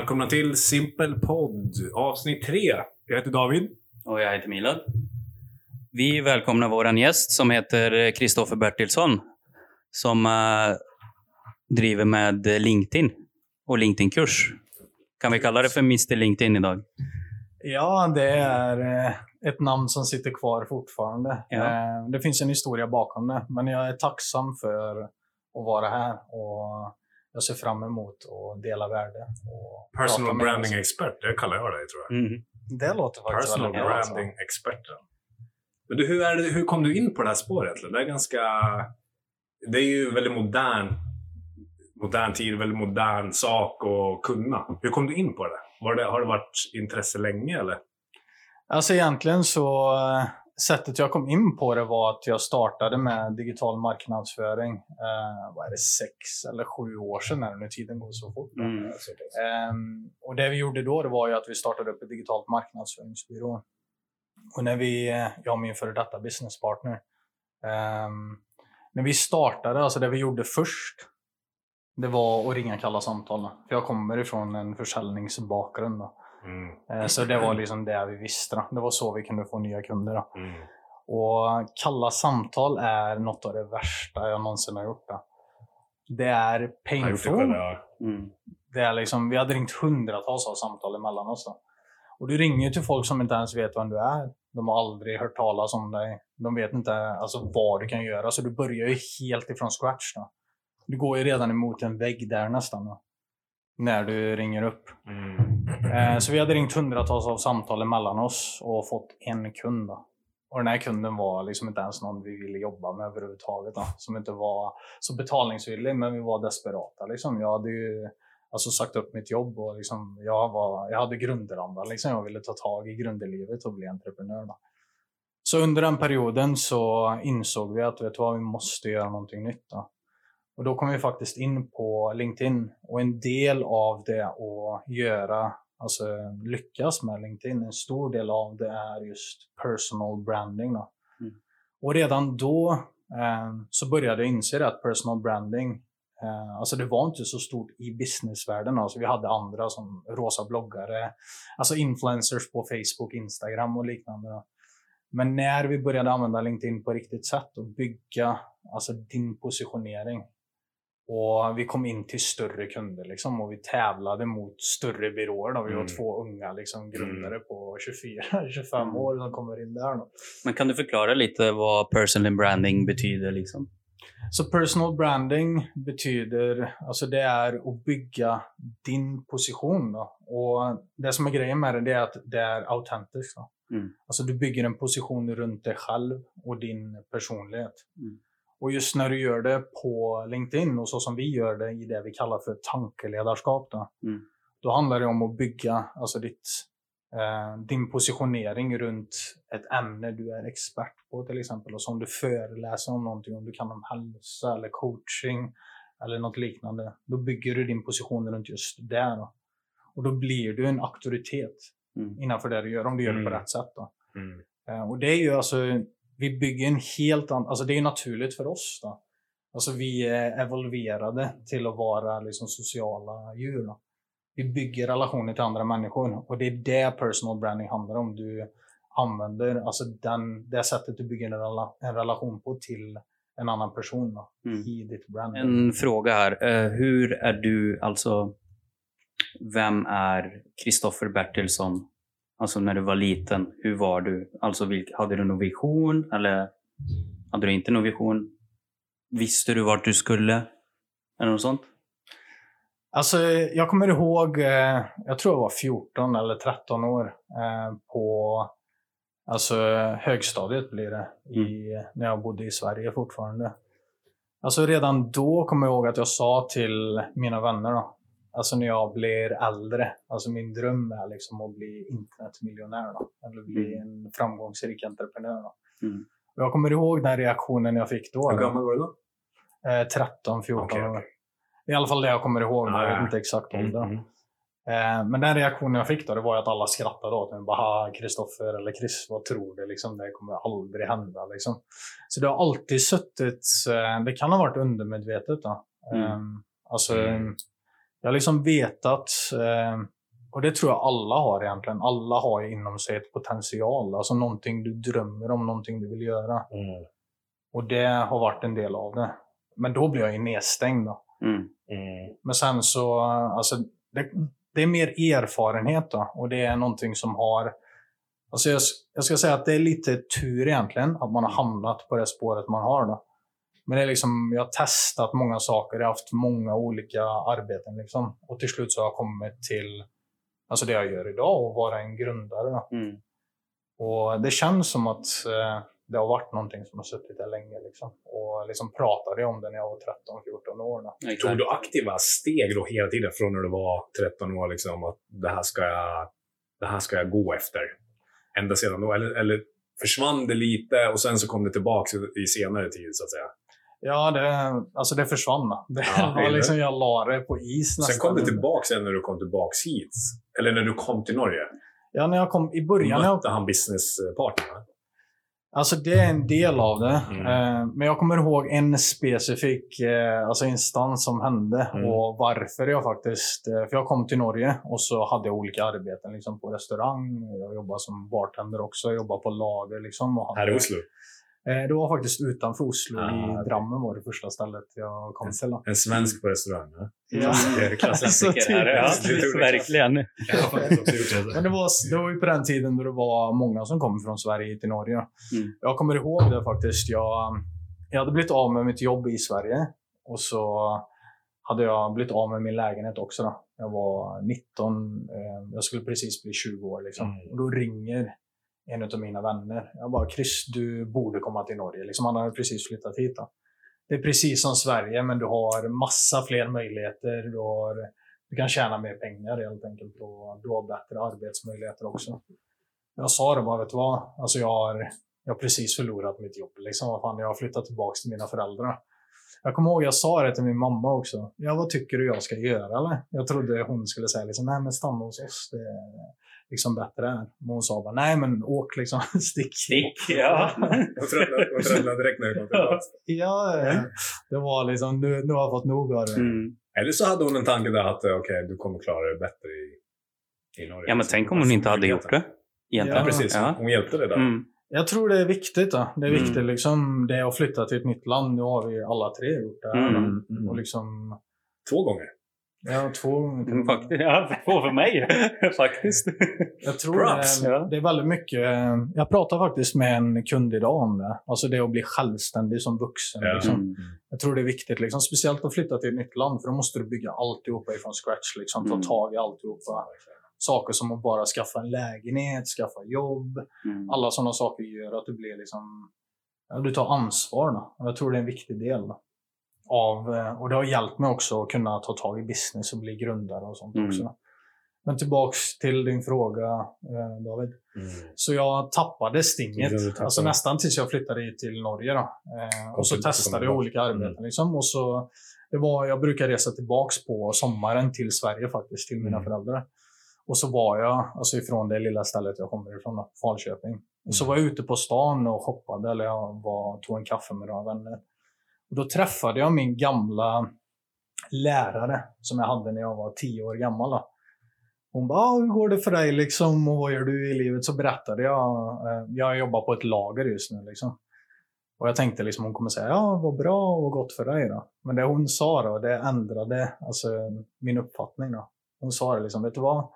Välkomna till Simpel Podd, avsnitt 3. Jag heter David. Och jag heter Milad. Vi välkomnar våran gäst som heter Kristoffer Bertilsson. Som driver med LinkedIn och LinkedIn-kurs. Kan vi kalla det för Mr. LinkedIn idag? Ja, det är ett namn som sitter kvar fortfarande. Ja. Det finns en historia bakom det. Men jag är tacksam för att vara här. Och jag ser fram emot att dela värde. Och Personal branding expert, det kallar jag dig, tror jag. Mm. Det låter faktiskt Personal väldigt bra. branding experten. Men du, hur kom du in på det här spåret? Det är ju väldigt modern tid, väldigt modern sak att kunna. Hur kom du in på det? Har det varit intresse länge eller? Alltså egentligen så sättet jag kom in på det var att jag startade med digital marknadsföring. Vad är det, 6 eller 7 år sedan när tiden går så fort. Och det vi gjorde då, det var ju att vi startade upp ett digitalt marknadsföringsbyrå. Och när jag och min före detta businesspartner, när vi startade, alltså det vi gjorde först, det var att ringa kalla samtal. För jag kommer ifrån en försäljningsbakgrund då. Så det var liksom det vi visste då. Det var så vi kunde få nya kunder då. Och kalla samtal är något av det värsta jag någonsin har gjort då. Det är painful. Det är liksom, vi hade ringt hundratals av samtal emellan oss då. Och du ringer till folk som inte ens vet vem du är. De har aldrig hört talas om dig. De vet inte alltså vad du kan göra. Så du börjar ju helt ifrån scratch då. Du går ju redan emot en vägg där nästan då, när du ringer upp. Så vi hade ringt hundratals av samtal mellan oss och fått en kund då. Och den här kunden var liksom inte ens någon vi ville jobba med överhuvudtaget då. Som inte var så betalningsvillig, men vi var desperata liksom. Jag hade ju alltså sagt upp mitt jobb och liksom, jag hade grunderanda liksom. Jag ville ta tag i grundelivet och bli entreprenör då. Så under den perioden så insåg vi att vi måste göra någonting nytt då. Och då kom vi faktiskt in på LinkedIn. Och en del av det att göra, alltså lyckas med LinkedIn, en stor del av det är just personal branding då. Och redan då så började jag inse att personal branding, alltså det var inte så stort i businessvärlden. Alltså vi hade andra som rosa bloggare, alltså influencers på Facebook, Instagram och liknande då. Men när vi började använda LinkedIn på riktigt sätt och bygga alltså din positionering, och vi kom in till större kunder liksom, och vi tävlade mot större byråer då. Vi var 2 unga liksom, grundare på 24-25 år som kommer in där då. Men kan du förklara lite vad personal branding betyder liksom? Så personal branding betyder, alltså det är att bygga din position då. Och det som är grejen med det är att det är autentiskt då. Alltså du bygger en position runt dig själv och din personlighet. Och just när du gör det på LinkedIn och så som vi gör det i det vi kallar för tankeledarskap då handlar det om att bygga alltså din positionering runt ett ämne du är expert på till exempel. Och så om du föreläser om någonting, om du kan om hälsa eller coaching eller något liknande, då bygger du din position runt just det då. Och då blir du en auktoritet innanför det du gör, om du gör det på rätt sätt då. Och det är ju alltså, vi bygger en helt annan, alltså det är naturligt för oss då. Alltså vi är evolverade till att vara liksom sociala djur då. Vi bygger relationer till andra människor, och det är det personal branding handlar om. Du använder alltså det sättet du bygger en relation på till en annan person då, i ditt brand. En fråga här, hur är du, alltså vem är Kristoffer Bertilsson? Alltså när du var liten, hur var du? Alltså hade du någon vision eller hade du inte någon vision? Visste du vart du skulle? Eller något sånt? Alltså jag kommer ihåg, jag tror jag var 14 eller 13 år på alltså högstadiet blir det, när jag bodde i Sverige fortfarande. Alltså redan då kommer jag ihåg att jag sa till mina vänner då, alltså när jag blir äldre, alltså min dröm är liksom att bli internetmiljonär då, eller bli en framgångsrik entreprenör då. Och jag kommer ihåg den reaktionen jag fick då. Hur gammal var du då? 13-14 år. I alla fall det jag kommer ihåg, jag vet inte exakt om det. Men den reaktionen jag fick då, det var att alla skrattade åt mig. Bara, Kristoffer eller Chris, vad tror du? Liksom, det kommer aldrig hända. Liksom. Så det har alltid suttit, det kan ha varit undermedvetet då. Alltså, jag har liksom vetat Och det tror jag alla har egentligen. Alla har ju inom sig ett potential. Alltså någonting du drömmer om, någonting du vill göra. Mm. Och det har varit en del av det. Men då blir jag ju nedstängd då. Men sen så, alltså det är mer erfarenhet då. Och det är någonting som har, alltså jag ska säga att det är lite tur egentligen att man har hamnat på det spåret man har då. Men det är liksom, jag har testat många saker, jag har haft många olika arbeten liksom. Och till slut så har jag kommit till, alltså det jag gör idag, och vara en grundare då. Och det känns som att det har varit någonting som har suttit där länge liksom. Och liksom pratade om det när jag var 13-14 år då. Tog du aktiva steg då hela tiden från när du var 13 år liksom, att det här ska jag gå efter? Ända sedan då? Eller försvann det lite och sen så kom det tillbaka i senare tid så att säga? Ja, det försvann. Det var liksom, jag la det på is nästan. Sen kom det tillbaka sen när du kom tillbaka hit? Eller när du kom till Norge? Ja, när jag kom i början. Mötte han businesspartnerna? Alltså det är en del av det. Men jag kommer ihåg en specifik alltså instans som hände. Och varför jag faktiskt... För jag kom till Norge och så hade jag olika arbeten liksom, på restaurang. Jag jobbade som bartender också. Jag jobbade på lager. Liksom, och här i Oslo? Det var faktiskt utanför Oslo. I Drammen var det första stället jag kom till. En svensk på restaurang? Ja. Klassiker här. Ja, verkligen. Men det var ju på den tiden då det var många som kom från Sverige till Norge. Jag kommer ihåg det faktiskt. Jag hade blivit av med mitt jobb i Sverige. Och så hade jag blivit av med min lägenhet också då. Jag var 19. Jag skulle precis bli 20 år liksom. Och då ringer en av mina vänner. Jag bara, Chris, du borde komma till Norge. Liksom, han hade precis flyttat hit då. Det är precis som Sverige, men du har massa fler möjligheter. Du kan tjäna mer pengar helt enkelt. Och du har bättre arbetsmöjligheter också. Jag sa det bara, vet du vad? Alltså jag har precis förlorat mitt jobb. Liksom, jag har flyttat tillbaka till mina föräldrar. Jag kommer ihåg, jag sa det till min mamma också. Ja, vad tycker du jag ska göra? Eller? Jag trodde hon skulle säga liksom, nej men stanna hos oss. Det är liksom bättre här. Men hon sa bara, nej men åk liksom, stick. Ja. Och tröttnade direkt när du kom tillbaka. Ja, det var liksom, nu har jag fått nog av det. Eller så hade hon en tanke där att okej, du kommer klara det bättre i Norge. Ja, men tänk om hon inte hade gjort det. Ja, precis. Ja. Hon hjälpte det där. Jag tror det är viktigt då. Det är viktigt liksom, det är att flytta till ett nytt land. Nu har vi alla tre gjort det här. Och liksom... 2 gånger. Ja, 2 gånger. Faktiskt, ja, 2 för mig. Faktiskt. Jag tror det är väldigt mycket... Jag pratar faktiskt med en kund idag om det. Alltså det att bli självständig som vuxen. Ja. Liksom. Jag tror det är viktigt. Liksom. Speciellt att flytta till ett nytt land. För då måste du bygga alltihopa ifrån scratch. Liksom. Ta tag i alltihopa. Saker som att bara skaffa en lägenhet, skaffa jobb. Alla sådana saker gör att du blir liksom... Ja, du tar ansvar då. Jag tror det är en viktig del då. Och det har hjälpt mig också att kunna ta tag i business och bli grundare och sånt också. Men tillbaks till din fråga, David. Så jag tappade stinget. Alltså nästan tills jag flyttade hit till Norge då. Och så testade jag olika arbeten liksom. Och så, jag brukar resa tillbaks på sommaren till Sverige faktiskt, till mina föräldrar. Och så var jag, alltså ifrån det lilla stället jag kommer ifrån, Falköping. Och så var jag ute på stan och shoppade, eller jag tog en kaffe med några vänner. Och då träffade jag min gamla lärare som jag hade när jag var 10 år gammal. Då. Hon bara, hur går det för dig liksom? Och vad gör du i livet? Så berättade jag jobbar på ett lager just nu liksom. Och jag tänkte liksom, hon kommer säga, ja vad bra och gott för dig då. Men det hon sa då, det ändrade alltså min uppfattning då. Hon sa det liksom, vet du vad?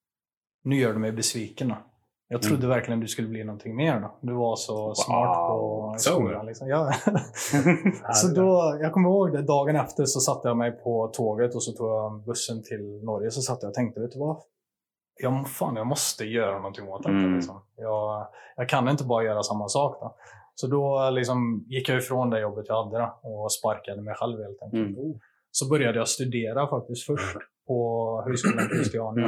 Nu gör du mig besviken då. Jag trodde verkligen du skulle bli någonting mer då. Du var så smart på skolan liksom. Ja. Så då, jag kommer ihåg det, dagen efter så satte jag mig på tåget och så tog jag bussen till Norge. Så satt jag och tänkte, vet du vad? Jag måste göra någonting åt det liksom. Jag kan inte bara göra samma sak då. Så då liksom gick jag ifrån det jobbet jag hade då, och sparkade mig själv helt enkelt. Så började jag studera faktiskt först på Högskolan Christiania.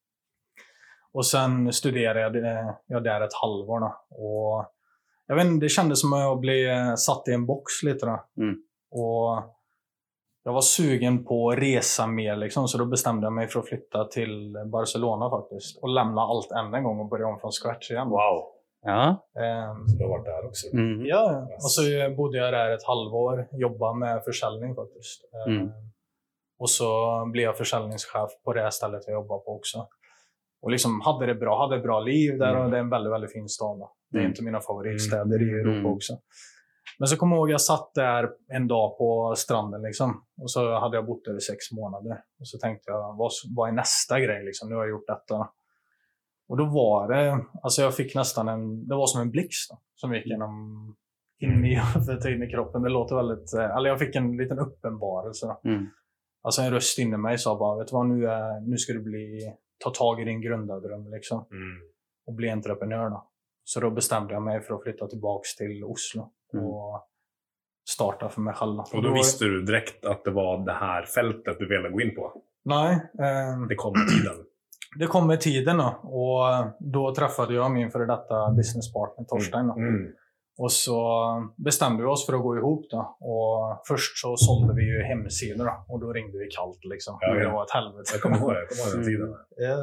Och sen studerade jag där ett halvår då. Och jag vet inte, det kändes som att jag blev satt i en box lite då. Och jag var sugen på att resa mer liksom, så då bestämde jag mig för att flytta till Barcelona faktiskt. Och lämna allt en gång och börja om från scratch igen. Wow. Ja. Så du har varit där också? Ja, och så bodde jag där ett halvår. Jobbade med försäljning faktiskt. Och så blev jag försäljningschef på det stället jag jobbar på också. Och liksom hade det bra liv där och det är en väldigt, väldigt fin stad. Då. Det är inte mina favoritstäder i Europa också. Men så kommer jag ihåg jag satt där en dag på stranden liksom. Och så hade jag bott där i 6 månader. Och så tänkte jag, vad är nästa grej liksom? Nu har jag gjort detta. Och då var det, alltså jag fick nästan det var som en blixt då, som gick in i kroppen. Det låter väldigt, eller jag fick en liten uppenbarelse då. Alltså en röst inne i mig sa bara, vet du vad, nu ska du ta tag i din grundardröm liksom. Och bli entreprenör då. Så då bestämde jag mig för att flytta tillbaks till Oslo och starta för mig själv. Och då visste du direkt att det var det här fältet du ville gå in på? Nej. Det kom med tiden? Det kom med tiden då. Och då träffade jag min före detta businesspartner Torstein då. Och så bestämde vi oss för att gå ihop då. Och först så sålde vi ju hemsidor då. Och då ringde vi kallt liksom. Ja. Det var ett helvete. Jag kommer ihåg den tiden.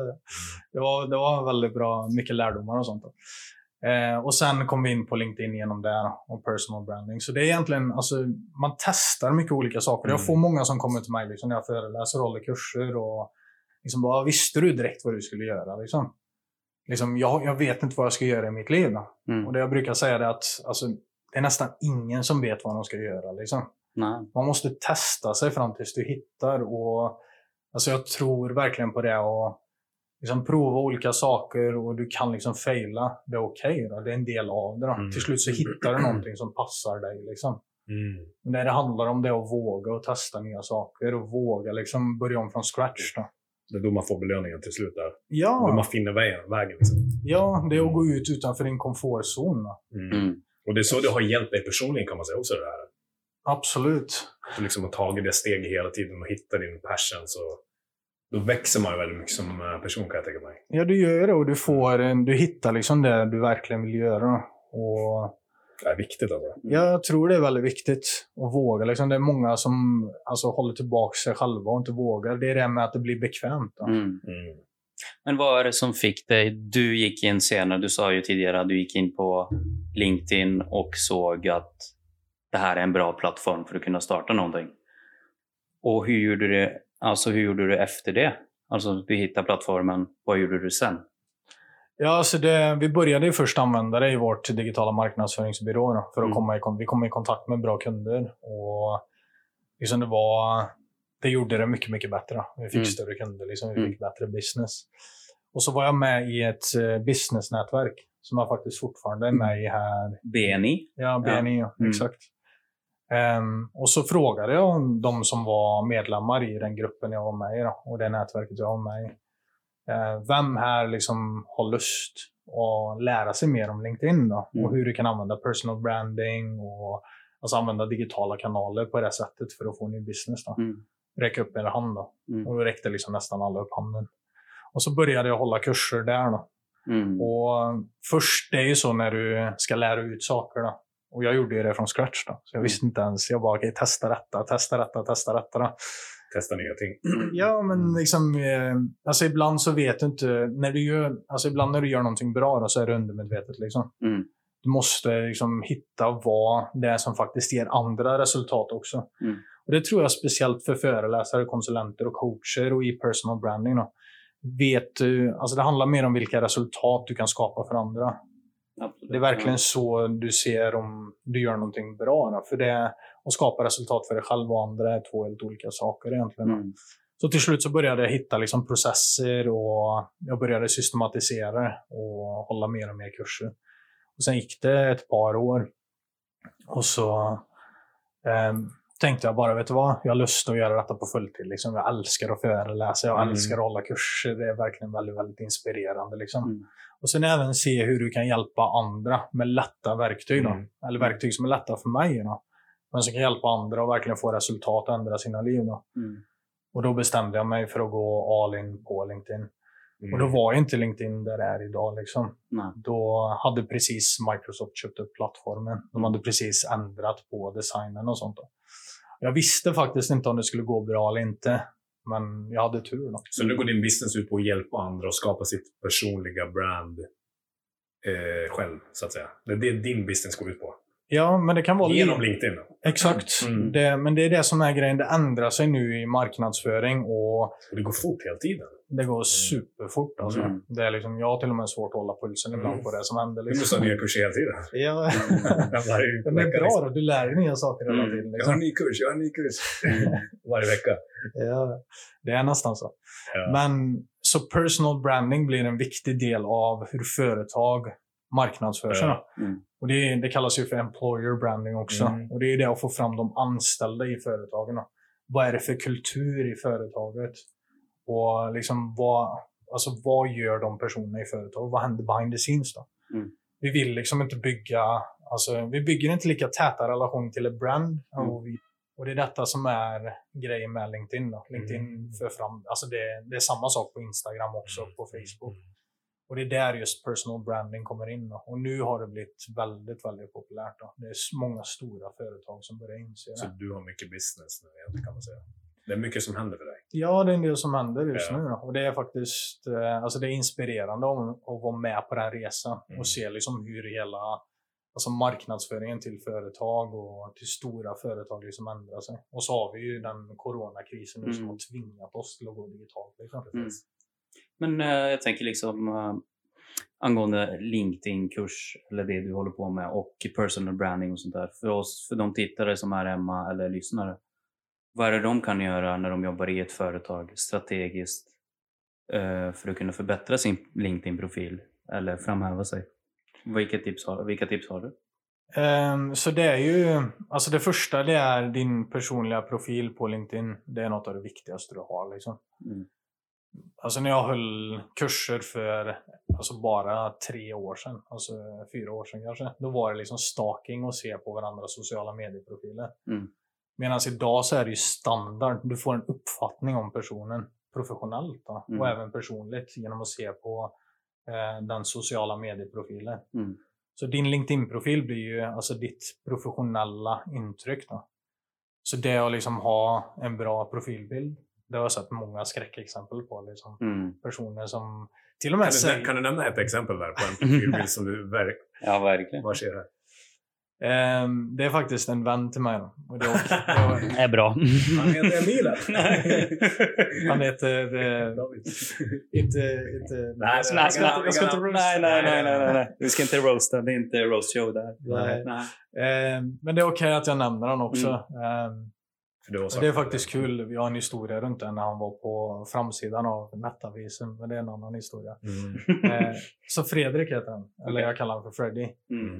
Det var väldigt bra, mycket lärdomar och sånt då. Och sen kom vi in på LinkedIn genom det och personal branding. Så det är egentligen, alltså, man testar mycket olika saker. Jag får många som kommer till mig liksom, när jag föreläser och håller kurser och liksom bara, visste du direkt vad du skulle göra liksom? Liksom, jag vet inte vad jag ska göra i mitt liv då. Och det jag brukar säga är att alltså, det är nästan ingen som vet vad de ska göra liksom. Nej. Man måste testa sig fram tills du hittar och alltså, jag tror verkligen på det och liksom prova olika saker och du kan liksom faila. Det är okej då. Det är en del av det då. Till slut så hittar du någonting som passar dig liksom. Men det handlar om det att våga och testa nya saker och våga liksom börja om från scratch då. Det är då man får belöningen till slut där. Ja. Då man finner vägen liksom. Ja, det är att gå ut utanför din komfortzon då. Och det är så det har hjälpt dig personligen kan man säga också det här. Absolut. Du liksom har tagit det steget hela tiden och hittar din passion så då växer man ju väldigt mycket som person kan jag tänka mig. Ja, du gör det och du hittar liksom det du verkligen vill göra. Och det är viktigt alltså. Jag tror det är väldigt viktigt att våga. Liksom, det är många som alltså, håller tillbaka sig själva och inte vågar. Det är det med att det blir bekvämt. Då. Men vad är det som fick dig? Du gick in senare, du sa ju tidigare att du gick in på LinkedIn och såg att det här är en bra plattform för att kunna starta någonting. Och hur gjorde du efter det? Alltså du hittade plattformen, vad gjorde du sen? Ja, alltså vi började ju först använda det i vårt digitala marknadsföringsbyrå då, för att vi kom i kontakt med bra kunder och liksom det gjorde det mycket, mycket bättre. Vi fick större kunder, liksom, vi fick bättre business. Och så var jag med i ett businessnätverk som jag faktiskt fortfarande är med i här. BNI? Ja, BNI, ja. Exakt. Och så frågade jag de som var medlemmar i den gruppen jag var med i då, och det nätverket jag var med i. Vem här liksom har lust att lära sig mer om LinkedIn då? Och hur du kan använda personal branding och alltså använda digitala kanaler på det sättet för att få en ny business då. Räcka upp en hand då. Och då räckte liksom nästan alla upp handen. Och så började jag hålla kurser där då. Och först, det är ju så när du ska lära ut saker då. Och jag gjorde ju det från scratch då. Så jag visste inte ens, jag bara okej, testa detta då. Testa nya ting. Ja, men liksom, alltså ibland så vet du inte, ibland när du gör någonting bra då, så är det undermedvetet liksom. Du måste liksom hitta vad det är som faktiskt ger andra resultat också. Och det tror jag speciellt för föreläsare, konsulenter och coacher och i personal branding då. Vet du, alltså det handlar mer om vilka resultat du kan skapa för andra. Absolut. Det är verkligen så du ser om du gör någonting bra då. För det att skapa resultat för dig själv och andra är 2 helt olika saker egentligen. Så till slut så började jag hitta liksom processer och jag började systematisera och hålla mer och mer kurser. Och sen gick det ett par år och så tänkte jag bara, vet du vad? Jag har lust att göra detta på fulltid. Liksom. Jag älskar att föreläsa, jag älskar att hålla kurser. Det är verkligen väldigt, väldigt inspirerande. Liksom. Och sen även se hur du kan hjälpa andra med lätta verktyg. Då. Eller verktyg som är lätta för mig. Då. Men som kan hjälpa andra och verkligen få resultat och ändra sina liv. Då. Och då bestämde jag mig för att gå all in på LinkedIn. Och då var inte LinkedIn där det är idag. Liksom. Då hade precis Microsoft köpt upp plattformen. De hade precis ändrat på designen och sånt. Då. Jag visste faktiskt inte om det skulle gå bra eller inte. Men jag hade tur då. Så nu går din business ut på att hjälpa andra och skapa sitt personliga brand själv, så att säga. Det är det din business går ut på. Ja, men det kan vara... Genom LinkedIn då? Exakt. Men det är det som är grejen. Det ändrar sig nu i marknadsföring och... Det går fort hela tiden. Det går superfort. Alltså. Det är liksom, jag har till och med svårt att hålla pulsen ibland på det som händer. Du måste ha nya kurser hela tiden. Ja, det är bra då. Du lär dig nya saker hela tiden. Liksom. Jag har en ny kurs. Varje vecka. Ja, det är nästan så. Ja. Men så personal branding blir en viktig del av hur företag marknadsför sig. Och det kallas ju för employer branding också. Och det är det att få fram de anställda i företagen. Vad är det för kultur i företaget? Och liksom vad gör de personerna i företaget? Vad händer behind the scenes då? Vi vill liksom inte vi bygger inte lika täta relation till ett brand. Och det är detta som är grejen med LinkedIn då. LinkedIn för fram, det är samma sak på Instagram också, på Facebook. Och det är där just personal branding kommer in då. Och nu har det blivit väldigt, väldigt populärt då. Det är många stora företag som börjar inse det. Så du har mycket business nu egentligen, kan man säga. Det är mycket som händer för dig. Ja, det är en del som händer just nu då. Och det är faktiskt det är inspirerande att vara med på den resan och se liksom hur hela marknadsföringen till företag och till stora företag liksom ändrar sig. Och så har vi ju den coronakrisen nu som har tvingat oss till att gå digitalt. Men jag tänker liksom angående LinkedIn-kurs eller det du håller på med och personal branding och sånt där. För de tittare som är hemma eller lyssnare. Vad är det de kan göra när de jobbar i ett företag strategiskt för att kunna förbättra sin LinkedIn-profil eller framhäva sig? Vilka tips har du? Så det är ju, det första det är din personliga profil på LinkedIn. Det är något av det viktigaste du har liksom. När jag höll kurser för bara 3 år sedan, 4 år sedan kanske, då var det liksom stalking och se på varandras sociala medieprofiler. Medan idag så är det ju standard. Du får en uppfattning om personen professionellt då, och även personligt genom att se på den sociala medieprofilen. Så din LinkedIn-profil blir ju ditt professionella intryck då. Så det att liksom ha en bra profilbild, det har jag sett många skräckexempel på liksom. Personer som till och med kan du nämna ett exempel där på en profilbild som du Ja, verkligen. Vad ser det? Det är faktiskt en vän till mig då. Och det är bra. Han heter Emil. Han heter inte nej. Vi ska inte roasta, det är inte roast show där. Nej. Men det är okej att jag nämner han också. Det är faktiskt kul. Vi har en historia runt det när han var på framsidan av Netavisen, men det är en annan historia. Så Fredrik heter han, eller jag kallar honom för Freddy.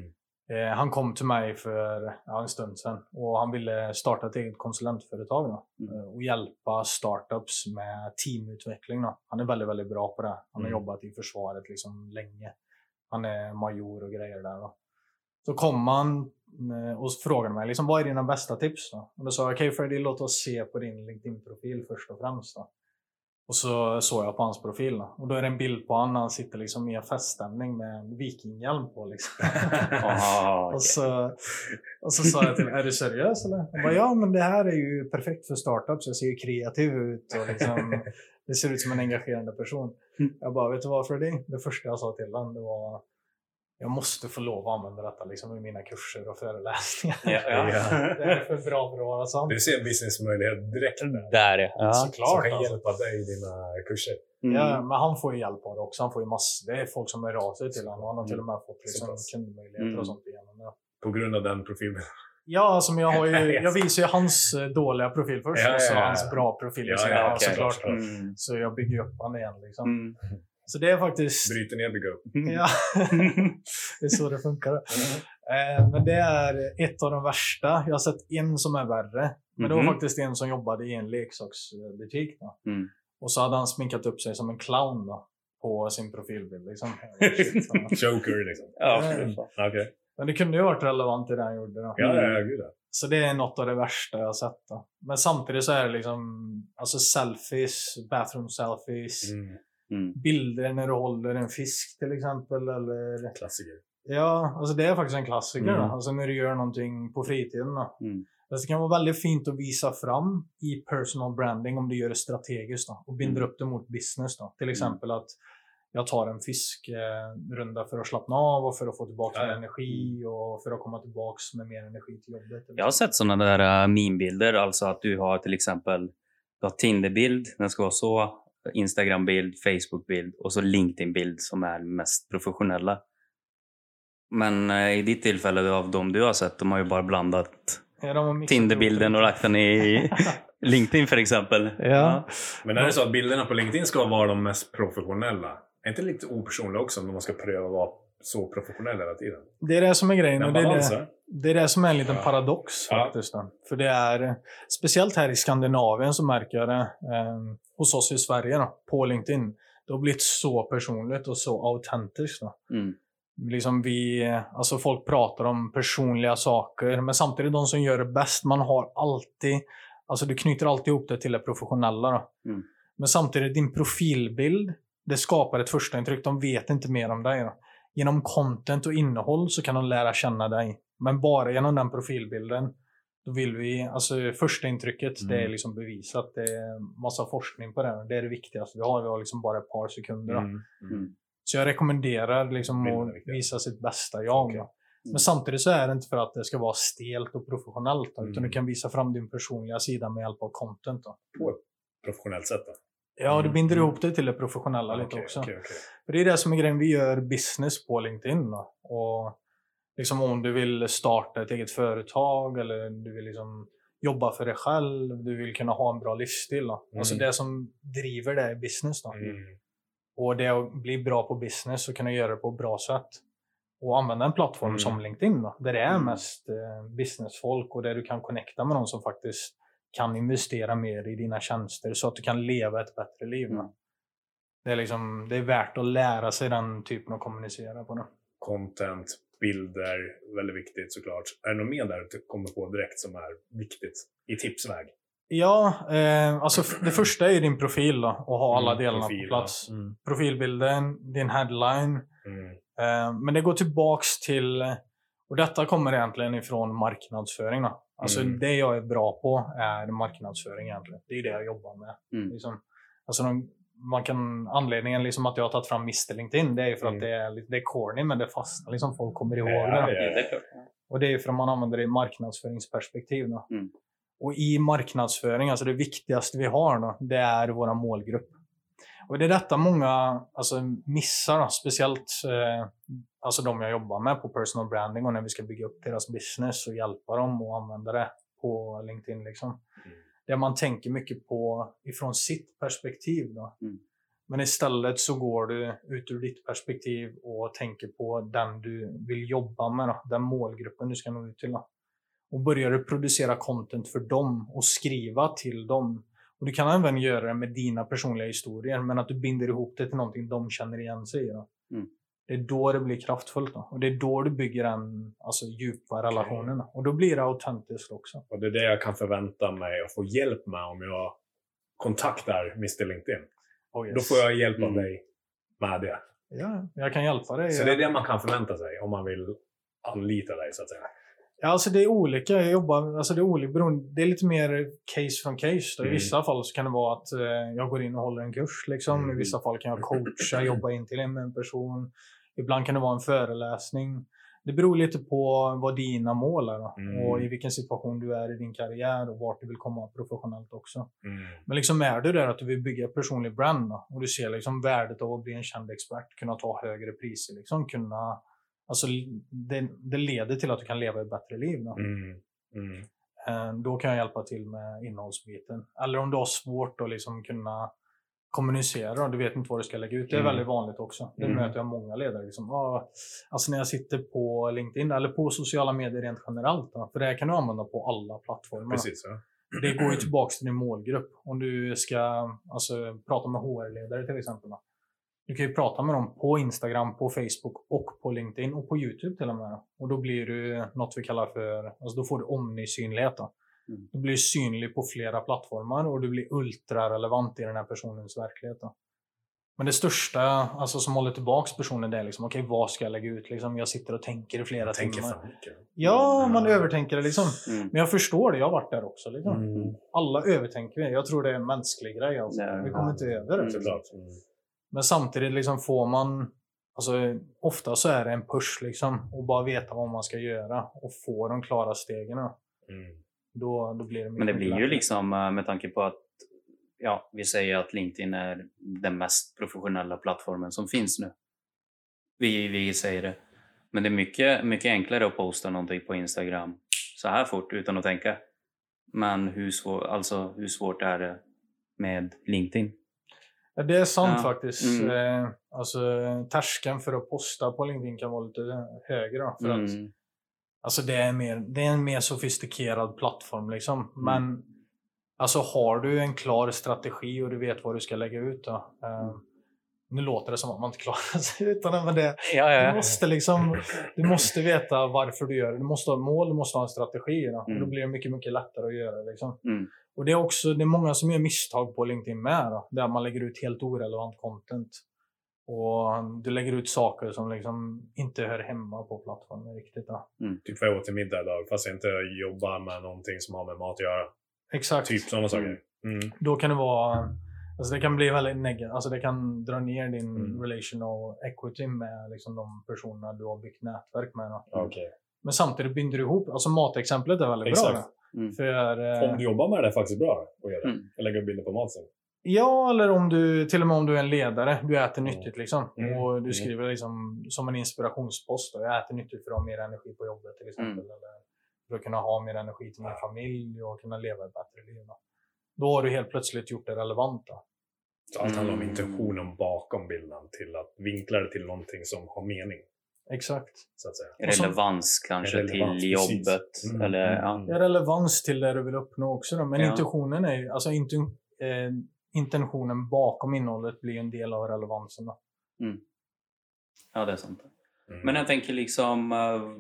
Han kom till mig för en stund sedan och han ville starta ett eget konsulentföretag då, och hjälpa startups med teamutveckling då. Han är väldigt, väldigt bra på det. Han har jobbat i försvaret liksom länge. Han är major och grejer där då. Så kom han och frågade mig liksom, vad är dina bästa tips då? Och då sa jag, okej Freddy, låt oss se på din LinkedIn-profil först och främst då. Och så såg jag på hans profil då. Och då är det en bild på honom när han sitter liksom i en feststämning med en vikinghjälm på liksom. Okay. och så sa jag till honom, är du seriös eller? Han bara, ja men det här är ju perfekt för startups. Jag ser ju kreativ ut och liksom, det ser ut som en engagerande person. Jag bara, vet du vad Freddy? Det första jag sa till honom, det var, jag måste få lov att använda detta liksom i mina kurser och föreläsningar. Ja. Det är för bra för att vara sant. Du ser en businessmöjlighet direkt där. Ja. Såklart, som kan hjälpa dig i dina kurser. Ja, men han får ju hjälp av det också. Han får ju det är folk som är raser till honom. Han har till och med fått liksom kundmöjligheter och sånt igenom. Ja. På grund av den profilen? Ja, jag visar ju hans dåliga profil först och så hans bra profil. Såklart. Så jag bygger upp han igen liksom. Så det är faktiskt... Bryter ner, bygga upp. Ja, det är så det funkar. Men det är ett av de värsta. Jag har sett en som är värre. Men det var faktiskt en som jobbade i en leksaksbutik. Då. Och så hade han sminkat upp sig som en clown då, på sin profilbild. Liksom. Joker liksom. Okay. Men det kunde ju varit relevant i det han gjorde. Då. Ja, gud. Så det är något av det värsta jag har sett. Då. Men samtidigt så är det liksom selfies, bathroom selfies. Bilder när du håller en fisk till exempel. Eller... Klassiker. Ja, det är faktiskt en klassiker. När du gör någonting på fritiden. Det kan vara väldigt fint att visa fram i personal branding om du gör det strategiskt då, och binder upp det mot business. Då. Till exempel att jag tar en fiskrunda för att slappna av och för att få tillbaka mer energi och för att komma tillbaka med mer energi till jobbet. Jag har sett sådana där meme-bilder, alltså att du har till exempel Tinder-bild, den ska vara så, Instagram-bild, Facebook-bild och så LinkedIn-bild som är mest professionella. Men i ditt tillfälle av de du har sett, de har ju bara blandat Tinder-bilden och lagt den i LinkedIn för exempel. Ja. Men är det så att bilderna på LinkedIn ska vara de mest professionella? Är inte lite opersonliga också om man ska pröva att vara så professionell hela tiden? Det är det som är grejen. Och Balansen. det är det som är en liten paradox faktiskt. För det är, speciellt här i Skandinavien så märker jag det, hos oss i Sverige då, på LinkedIn. Det har blivit så personligt och så autentiskt. Liksom alltså folk pratar om personliga saker, men samtidigt de som gör det bäst, man har alltid, alltså du knyter alltid ihop det till det professionella då. Men samtidigt din profilbild, det skapar ett första intryck, de vet inte mer om dig då. Genom content och innehåll så kan de lära känna dig, men bara genom den profilbilden då vill vi, alltså första intrycket det är liksom bevisat, det är massa forskning på det, det är det viktigaste vi har liksom bara ett par sekunder då. Så jag rekommenderar liksom att visa sitt bästa jag. Okay. Men samtidigt så är det inte för att det ska vara stelt och professionellt. Utan du kan visa fram din personliga sida med hjälp av content. Då. På ett professionellt sätt då? Ja, du binder ihop det till det professionella lite också. Okay. För det är det som är grejen. Vi gör business på LinkedIn. Då. Och liksom om du vill starta ett eget företag eller du vill liksom jobba för dig själv. Du vill kunna ha en bra livsstil. Då. Alltså det som driver det är business då. Och det är att bli bra på business och kunna göra det på ett bra sätt. Och använda en plattform som LinkedIn då, där det är mest businessfolk och där du kan connecta med någon som faktiskt kan investera mer i dina tjänster så att du kan leva ett bättre liv. Det är det är värt att lära sig den typen av kommunicera på det. Content, bilder, väldigt viktigt såklart. Är det något mer där du kommer på direkt som är viktigt i tipsväg? Ja, alltså det första är din profil då, och ha alla delarna på plats. Profilbilden, din headline. Men det går tillbaks till, och detta kommer egentligen ifrån marknadsföring då. Alltså det jag är bra på är marknadsföring egentligen. Det är det jag jobbar med. Liksom, alltså anledningen liksom att jag har tagit fram Mr. LinkedIn, det är för att det är corny, men det fastnar liksom, folk kommer ihåg det. Och det är för att man använder det i marknadsföringsperspektiv då. Och i marknadsföring, alltså det viktigaste vi har då, det är våra målgrupp. Och det är detta många alltså, missar då, speciellt alltså de jag jobbar med på personal branding och när vi ska bygga upp deras business och hjälpa dem att använda det på LinkedIn liksom. Där man tänker mycket på ifrån sitt perspektiv då. Men istället så går du ut ur ditt perspektiv och tänker på den du vill jobba med då, den målgruppen du ska nå ut till då. Och börjar du producera content för dem och skriva till dem. Och du kan även göra det med dina personliga historier, men att du binder ihop det till någonting de känner igen sig i. Det är då det blir kraftfullt då. Och det är då du bygger en djupa relationen. Och då blir det autentiskt också. Och det är det jag kan förvänta mig att få hjälp med om jag kontaktar Mr. LinkedIn. Då får jag hjälp av dig med det. Ja, jag kan hjälpa dig. Så det är det man kan förvänta sig om man vill anlita dig så att säga. Ja, alltså det är olika. Jag jobbar, alltså det är olika beroende. Det är lite mer case från case. I vissa fall så kan det vara att jag går in och håller en kurs. Liksom. I vissa fall kan jag coacha, jobba in till en person. Ibland kan det vara en föreläsning. Det beror lite på vad dina mål är. Och i vilken situation du är i din karriär och vart du vill komma professionellt också. Men liksom är du där att du vill bygga personlig brand då, och du ser liksom värdet av att bli en känd expert. Kunna ta högre priser. Liksom, kunna... Alltså det leder till att du kan leva ett bättre liv. Då. Då kan jag hjälpa till med innehållsbiten. Eller om du har svårt att liksom kunna kommunicera. Du vet inte vad du ska lägga ut. Det är väldigt vanligt också. Det möter jag många ledare. Liksom. Alltså när jag sitter på LinkedIn eller på sociala medier rent generellt. Då, för det här kan du använda på alla plattformar. Precis, ja. Det går ju tillbaka till din målgrupp. Om du ska prata med HR-ledare till exempel. Då. Du kan ju prata med dem på Instagram, på Facebook och på LinkedIn och på YouTube till och med. Och då blir du något vi kallar för, alltså då får du omnisynlighet då. Du blir synlig på flera plattformar och du blir ultrarelevant i den här personens verklighet då. Men det största alltså, som håller tillbaks personen det är liksom, okej, vad ska jag lägga ut? Liksom, jag sitter och tänker i flera timmar. Ja, man övertänker det liksom. Men jag förstår det, jag har varit där också. Liksom. Alla övertänker det. Jag tror det är en mänsklig grej. Alltså. Vi kommer inte över det. Men samtidigt liksom får man, alltså ofta så är det en push liksom, och bara veta vad man ska göra och få de klara stegen. Då blir det. Men det blir ju liksom med tanke på att vi säger att LinkedIn är den mest professionella plattformen som finns nu. Vi säger det. Men det är mycket, mycket enklare att posta någonting på Instagram så här fort utan att tänka. Men hur svårt är det med LinkedIn? Ja, det är sant Ja. faktiskt. Alltså, tröskeln för att posta på LinkedIn kan vara lite högre. För att, alltså, det är en mer sofistikerad plattform. Liksom. Men alltså, har du en klar strategi och du vet vad du ska lägga ut då, nu låter det som att man inte klarar sig utan det, men du måste veta varför du gör det. Du måste ha ett mål, du måste ha en strategi. Och då blir det mycket, mycket lättare att göra. Liksom. Och det är många som gör misstag på LinkedIn med. Då, där man lägger ut helt orelevant content. Och du lägger ut saker som liksom inte hör hemma på plattformen riktigt. Då. Typ vad jag åt till middag idag, fast jag inte jobbar med någonting som har med mat att göra. Exakt. Typ sådana saker. Då kan det vara... Alltså det kan bli väldigt negativt. Alltså det kan dra ner din relational equity med liksom de personerna du har byggt nätverk med. Okay. Men samtidigt binder du ihop. Alltså matexemplet är väldigt bra. För, om du jobbar med det är faktiskt bra att göra det. Eller lägga bilder på maten. Ja, eller till och med om du är en ledare. Du äter nyttigt liksom. Och du skriver liksom som en inspirationspost. Då. Jag äter nyttigt för att ha mer energi på jobbet till exempel. Eller för att kunna ha mer energi till min familj och kunna leva ett bättre liv. Då har du helt plötsligt gjort det relevant. Så allt handlar om intentionen bakom bilden till att vinkla det till någonting som har mening. Exakt. Så att säga. Relevans kanske till jobbet. Eller, relevans till det du vill uppnå också. Då. Men intentionen är ju, alltså intentionen bakom innehållet blir en del av relevansen. Då. Ja, det är sant. Men jag tänker liksom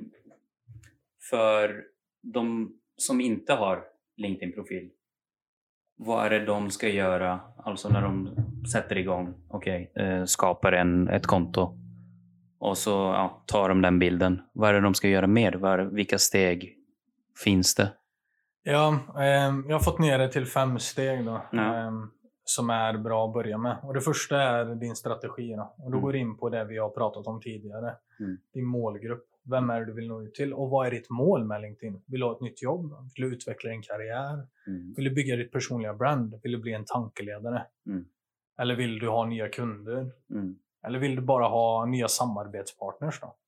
för de som inte har LinkedIn-profil. Vad är det de ska göra? Alltså när de sätter igång, skapar ett konto och så tar de den bilden. Vad är det de ska göra mer? Vilka steg finns det? Ja, jag har fått ner det till 5 steg då, som är bra att börja med. Och det första är din strategi. Då. Och då går du in på det vi har pratat om tidigare. Din målgrupp. Vem är det du vill nå ut till? Och vad är ditt mål med LinkedIn? Vill du ha ett nytt jobb? Vill du utveckla din karriär? Vill du bygga ditt personliga brand? Vill du bli en tankeledare? Eller vill du ha nya kunder? Eller vill du bara ha nya samarbetspartners då?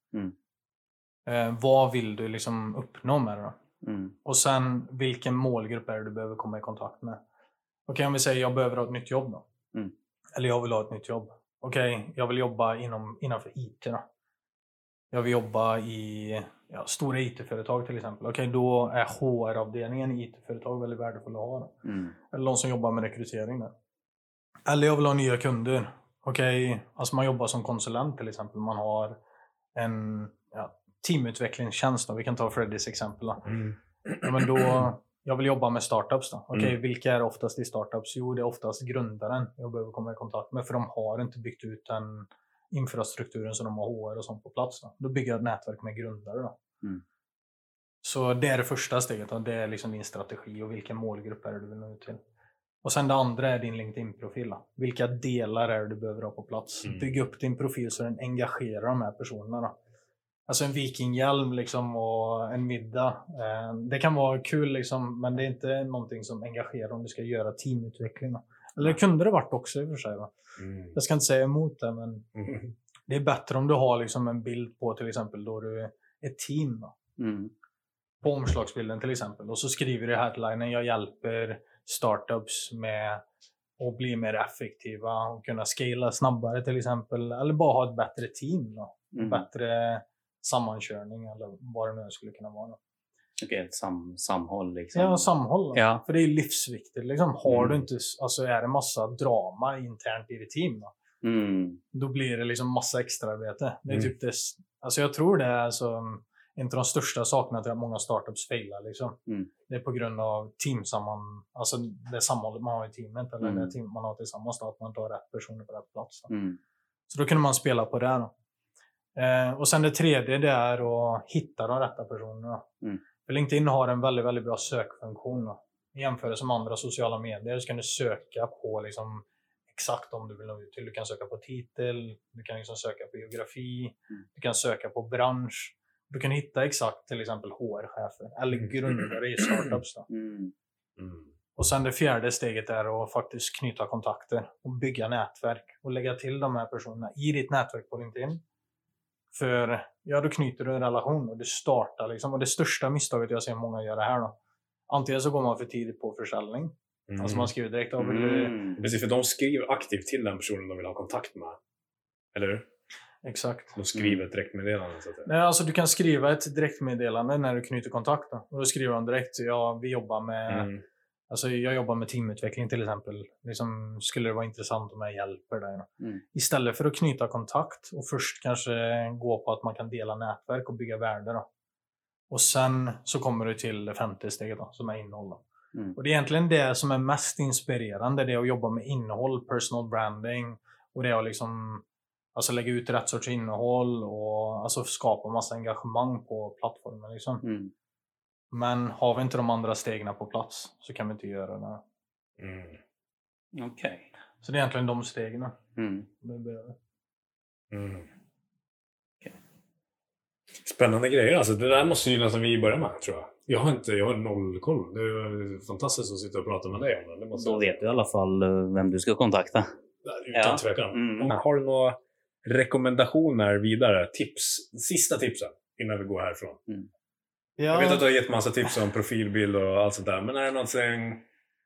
Vad vill du liksom uppnå med det då? Och sen vilken målgrupp är det du behöver komma i kontakt med? Okej, om vi säger jag behöver ha ett nytt jobb då. Eller jag vill ha ett nytt jobb. Okej, jag vill jobba innanför IT då. Jag vill jobba i stora IT-företag till exempel. Okej, då är HR-avdelningen i IT-företag väldigt värdefull att ha. Eller de som jobbar med rekrytering där. Eller jag vill ha nya kunder. Okej, alltså man jobbar som konsulent till exempel. Man har en teamutvecklingstjänst då. Vi kan ta Freddys exempel då. Men då, jag vill jobba med startups då. Okej, vilka är oftast i startups? Jo, det är oftast grundaren jag behöver komma i kontakt med. För de har inte byggt ut den infrastrukturen som de har HR och sånt på plats. Då bygger jag ett nätverk med grundare. Då. Så det är det första steget. Då. Det är liksom din strategi och vilken målgrupp är det du vill nå ut till. Och sen det andra är din LinkedIn-profil. Då. Vilka delar är det du behöver ha på plats? Bygg upp din profil så den engagerar de här personerna. Då. Alltså en vikinghjälm liksom och en middag. Det kan vara kul liksom, men det är inte någonting som engagerar om du ska göra teamutveckling. Då. Eller det kunde det varit också i och för sig. Va? Jag ska inte säga emot det, men det är bättre om du har liksom en bild på till exempel då du är ett team. Va? På omslagsbilden till exempel. Och så skriver du i headlinen: jag hjälper startups med att bli mer effektiva och kunna scala snabbare till exempel. Eller bara ha ett bättre team. Då. Bättre sammankörning eller vad det nu skulle kunna vara. Okej, ett samhåll liksom. Ja, samhåll. Ja. För det är livsviktigt. Liksom. Har du inte, alltså är det massa drama internt i ditt team då? Då blir det liksom massa extraarbete. Det är typ det, alltså jag tror det är alltså en av de största sakerna till att många startups failar. Liksom. Det är på grund av alltså det samhållet man har i teamet eller det team man har tillsammans då, att man tar rätt personer på rätt plats. Då. Så då kunde man spela på det då. Och sen det tredje, det är att hitta de rätta personerna. För LinkedIn har en väldigt, väldigt bra sökfunktion. Då. I jämförelse med andra sociala medier så kan du söka på liksom exakt om du vill nå ut till. Du kan söka på titel, du kan liksom söka på geografi, du kan söka på bransch. Du kan hitta exakt till exempel HR-chefer eller grundare i startups. Då. Och sen det fjärde steget är att faktiskt knyta kontakter och bygga nätverk och lägga till de här personerna i ditt nätverk på LinkedIn. För då knyter du en relation och du startar liksom. Och det största misstaget jag ser många göra här då. Antingen så går man för tidigt på försäljning. Alltså man skriver direkt av. Precis, för de skriver aktivt till den personen de vill ha kontakt med. Eller hur? Exakt. De skriver ett direktmeddelande så att säga. Nej, alltså du kan skriva ett direktmeddelande när du knyter kontakt då. Och då skriver de direkt, vi jobbar med... Alltså jag jobbar med teamutveckling till exempel. Liksom, skulle det vara intressant om jag hjälper dig. Istället för att knyta kontakt och först kanske gå på att man kan dela nätverk och bygga värde då. Och sen så kommer du till det femte steget då, som är innehåll då. Och det är egentligen det som är mest inspirerande. Det är att jobba med innehåll, personal branding. Och det är att liksom, alltså lägga ut rätt sorts innehåll och alltså skapa massa engagemang på plattformen liksom. Men har vi inte de andra stegen på plats så kan vi inte göra det. Okej. Så det är egentligen de stegen. Spännande grejer alltså. Det där måste ju nästan vi börja med, tror jag. Jag har noll koll. Det är fantastiskt att sitta och prata med dig om det. Då vet du i alla fall vem du ska kontakta. Utan tvekan. Har du några rekommendationer vidare? Tips? Sista tipsen innan vi går härifrån. Jag vet att du har gett massa tips om profilbild och allt sånt där. Men är det någonting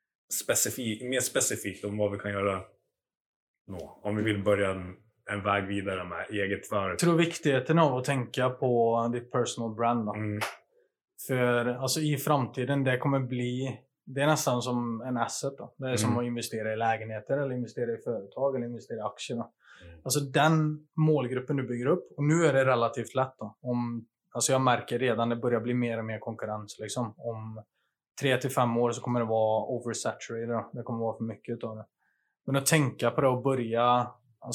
mer specifikt om vad vi kan göra om vi vill börja en väg vidare med eget företag? Jag tror viktigheten av att tänka på ditt personal brand då. För alltså, i framtiden det kommer bli, det är nästan som en asset då. Det är som att investera i lägenheter eller investera i företag eller investera i aktier då. Alltså den målgruppen du bygger upp, och nu är det relativt lätt då. Alltså jag märker redan det börjar bli mer och mer konkurrens liksom. Om 3 till 5 år så kommer det vara oversaturated då. Det kommer vara för mycket av det. Men att tänka på det och börja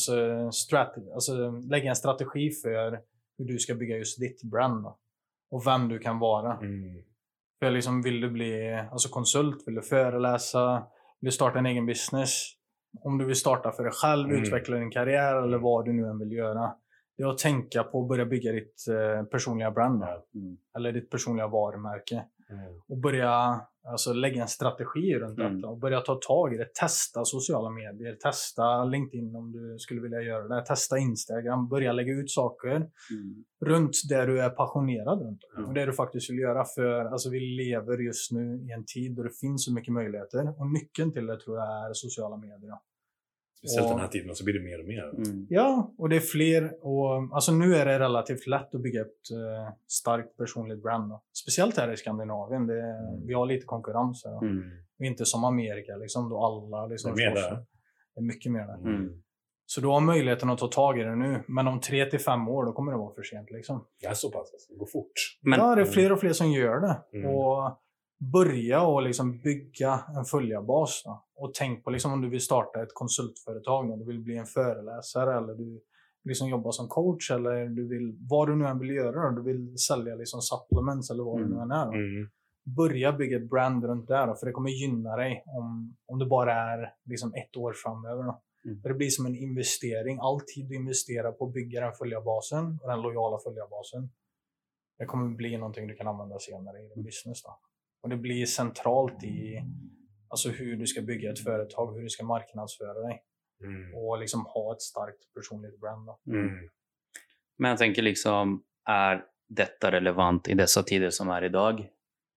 lägga en strategi för hur du ska bygga just ditt brand då. Och vem du kan vara. För liksom, vill du bli konsult, vill du föreläsa, vill du starta en egen business, om du vill starta för dig själv, utveckla din karriär eller vad du nu än vill göra. Det är att tänka på att börja bygga ditt personliga brand eller ditt personliga varumärke. Och börja lägga en strategi runt detta och börja ta tag i det. Testa sociala medier, testa LinkedIn om du skulle vilja göra det. Testa Instagram, börja lägga ut saker runt det du är passionerad runt. Och det du faktiskt vill göra. För vi lever just nu i en tid där det finns så mycket möjligheter. Och nyckeln till det tror jag är sociala medier. Speciellt den här tiden så blir det mer och mer. Ja, och det är fler. Och, nu är det relativt lätt att bygga ett starkt personligt brand. Då. Speciellt här i Skandinavien. Vi har lite konkurrens här. Och inte som Amerika, liksom, då alla... Liksom, det är mer där. Det är mycket mer där. Så du har möjligheten att ta tag i det nu. Men om 3 till 5 år, då kommer det vara för sent. Liksom. Ja, så pass. Det går fort. Ja, det är fler och fler som gör det. Och börja och liksom bygga en följarbas då. Och tänk på liksom om du vill starta ett konsultföretag, du vill bli en föreläsare eller du vill liksom jobba som coach eller du vill, vad du nu än vill göra då. Du vill sälja liksom supplements eller vad det nu än är då. Börja bygga ett brand runt där då, för det kommer gynna dig om det bara är liksom 1 år framöver då. För det blir som en investering. All tid du investerar på att bygga den följarbasen och den lojala följarbasen, det kommer bli någonting du kan använda senare i din business då. Och det blir centralt i hur du ska bygga ett företag, hur du ska marknadsföra dig. Och liksom ha ett starkt personligt brand då. Men jag tänker liksom, är detta relevant i dessa tider som är idag?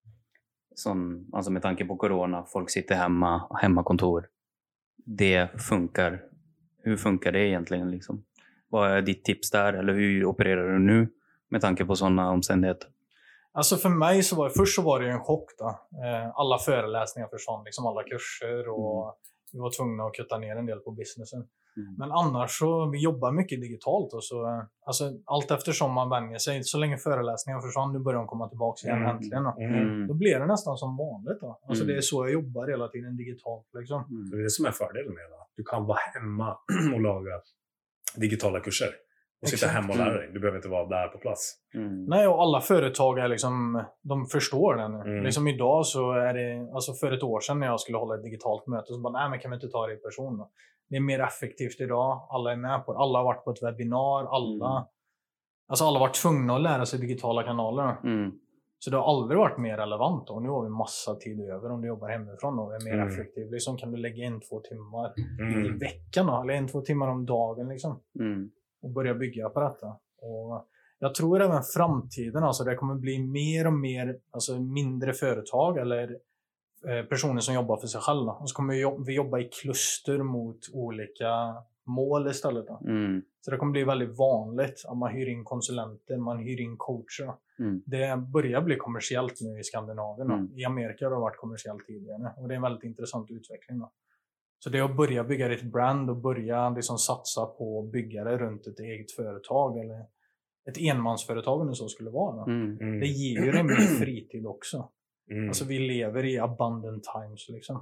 Med tanke på corona, folk sitter hemmakontor. Det funkar. Hur funkar det egentligen liksom? Vad är ditt tips där? Eller hur opererar du nu med tanke på sådana omständigheter? För mig så var det en chock då. Alla föreläsningar försvann, liksom alla kurser och vi var tvungna att kutta ner en del på businessen. Men annars så, vi jobbar mycket digitalt och så, allt eftersom man vänjer sig, så länge föreläsningar försvann, nu börjar de komma tillbaka igen äntligen. Då blir det nästan som vanligt då. Det är så jag jobbar hela tiden digitalt liksom. Det är det som är fördelen med det. Du kan vara hemma och laga digitala kurser. Och sitta hemma och lära dig. Du behöver inte vara där på plats. Nej, och alla företag är liksom, de förstår det nu. Liksom idag så är det, för ett år sedan när jag skulle hålla ett digitalt möte så bara, nej men kan vi inte ta det i person då? Det är mer effektivt idag. Alla är med på det. Alla har varit på ett webbinar. Alla har varit tvungna att lära sig digitala kanaler. Så det har aldrig varit mer relevant. Och nu har vi massa tid över om du jobbar hemifrån och är mer effektiv. Liksom kan du lägga in 2 timmar i veckan då, eller 1-2 timmar om dagen liksom. Och börja bygga på detta. Och jag tror även framtiden, alltså det kommer bli mer och mer, alltså mindre företag eller personer som jobbar för sig själva. Och så kommer vi jobba i kluster mot olika mål istället. Så det kommer bli väldigt vanligt att man hyr in konsulenter, man hyr in coacher. Det börjar bli kommersiellt nu i Skandinavien. I Amerika har det varit kommersiellt tidigare. Och det är en väldigt intressant utveckling då. Så det är att börja bygga ett brand och börja liksom satsa på byggare runt ett eget företag eller ett enmansföretag om det så skulle vara. Det ger ju en mer fritid också. Alltså vi lever i abundant times liksom.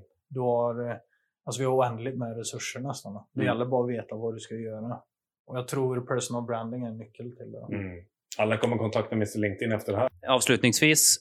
Alltså vi har oändligt med resurser nästan. Det gäller bara att veta vad du ska göra. Och jag tror personal branding är en nyckel till det. Alla kommer kontakta Mr. LinkedIn efter det här. Avslutningsvis,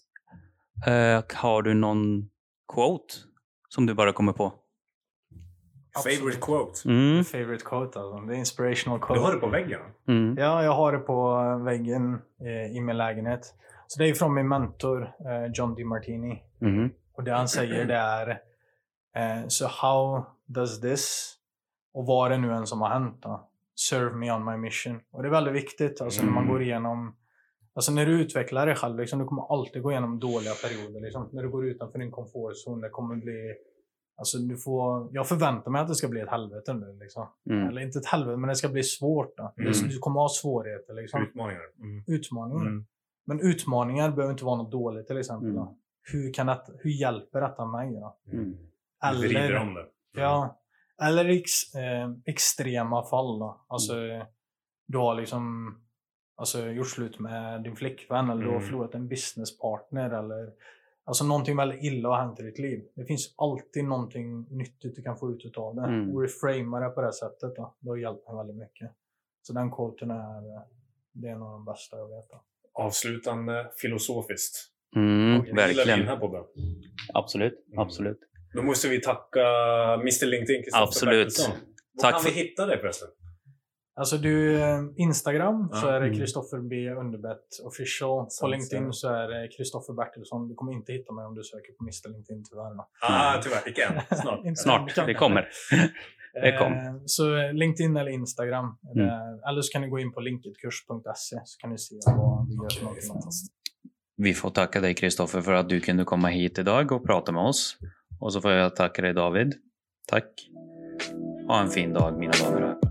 har du någon quote som du bara kommer på? Favorite quote? Favorite quote alltså. Det är inspirational quote. Du har det på väggen? Ja, jag har det på väggen i min lägenhet. Så det är från min mentor John DeMartini. Och det han säger det är so how does this, och vad är det nu än som har hänt då, serve me on my mission. Och det är väldigt viktigt alltså när man går igenom, alltså när du utvecklar dig själv liksom, du kommer alltid gå igenom dåliga perioder liksom. När du går utanför din komfortzon, det kommer bli, alltså jag förväntar mig att det ska bli ett helvete nu liksom. Eller inte ett helvete, men det ska bli svårt då. Du kommer ha svårigheter liksom. Utmaningar. Men utmaningar behöver inte vara något dåligt till exempel då. Hur hjälper detta mig då? Eller om det. Ja, eller extrema fall då. Alltså du har liksom gjort slut med din flickvän eller du har förlorat en businesspartner eller alltså någonting väldigt illa har hänt i ditt liv. Det finns alltid någonting nyttigt du kan få ut av det. Och reframa det på det sättet då hjälper det väldigt mycket. Så den quoten det är en av de bästa jag vet då. Avslutande filosofiskt. Verkligen. Absolut. Då måste vi tacka Mr. LinkedIn. Absolut. Var kan vi hitta dig förresten? Alltså Instagram så är det Kristoffer B. Underbett official. På LinkedIn så är det Kristoffer Bertilsson. Du kommer inte hitta mig om du söker på Mr. LinkedIn tyvärr. Tyvärr. Inte än. Snart. Det kommer. Så LinkedIn eller Instagram. Eller så kan ni gå in på linkedkurs.se så kan ni se vad vi gör för någonting. Vi får tacka dig Kristoffer för att du kunde komma hit idag och prata med oss. Och så får jag tacka dig David. Tack. Ha en fin dag mina damer och herrar.